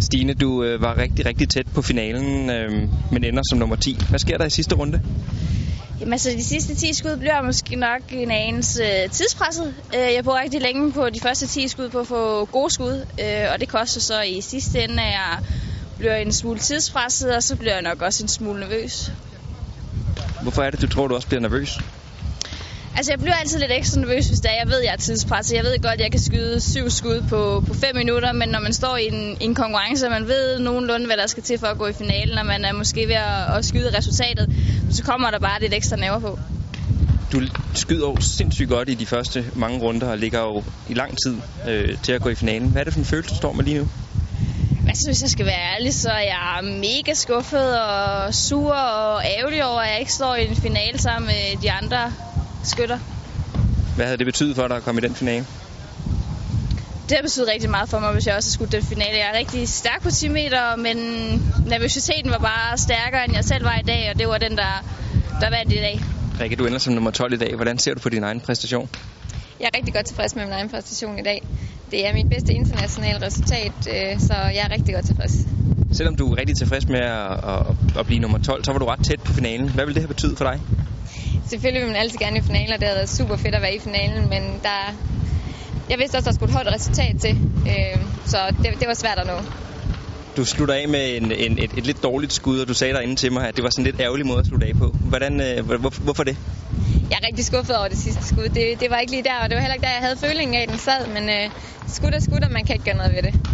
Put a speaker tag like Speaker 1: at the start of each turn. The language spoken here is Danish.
Speaker 1: Stine, du var rigtig, rigtig tæt på finalen, men ender som nummer 10. Hvad sker der i sidste runde?
Speaker 2: Jamen altså, de sidste 10 skud bliver måske nok en anelse tidspresset. Jeg bruger rigtig længe på de første 10 skud på at få gode skud, og det koster så i sidste ende, at jeg bliver en smule tidspresset, og så bliver jeg nok også en smule nervøs.
Speaker 1: Hvorfor er det, du tror, du også bliver nervøs?
Speaker 2: Altså, jeg bliver altid lidt ekstra nervøs, hvis jeg ved, at jeg er tidspresset. Jeg ved godt, at jeg kan skyde 7 skud på 5 minutter, men når man står i en konkurrence, og man ved nogenlunde, hvad der skal til for at gå i finalen, og man er måske ved at skyde resultatet, så kommer der bare lidt ekstra nerver på.
Speaker 1: Du skyder jo sindssygt godt i de første mange runder, og ligger jo i lang tid til at gå i finalen. Hvad er det for en følelse, du står med lige nu?
Speaker 2: Altså, hvis jeg skal være ærlig, så er jeg mega skuffet og sur og ærgerlig over, at jeg ikke står i en finale sammen med de andre skytter.
Speaker 1: Hvad havde det betydet for dig at komme i den finale?
Speaker 2: Det har betydet rigtig meget for mig, hvis jeg også har skudt den finale. Jeg er rigtig stærk på 10 meter, men nervøsiteten var bare stærkere, end jeg selv var i dag, og det var den, der vandt i dag.
Speaker 1: Rikke, du ender som nummer 12 i dag. Hvordan ser du på din egen præstation?
Speaker 3: Jeg er rigtig godt tilfreds med min egen præstation i dag. Det er mit bedste internationale resultat, så jeg er rigtig godt tilfreds.
Speaker 1: Selvom du er rigtig tilfreds med at blive nummer 12, så var du ret tæt på finalen. Hvad vil det have betydet for dig?
Speaker 3: Selvfølgelig vil man altid gerne i finalen, og det havde været super fedt at være i finalen, men jeg vidste også, at der skulle et højt resultat til, så det var svært at nå.
Speaker 1: Du slutter af med et lidt dårligt skud, og du sagde derinde til mig, at det var sådan en lidt ærgerlig måde at slutte af på. Hvorfor det?
Speaker 3: Jeg er rigtig skuffet over det sidste skud. Det var ikke lige der, og det var heller ikke der, jeg havde følingen af, den sad, men skud er skud, og man kan ikke gøre noget ved det.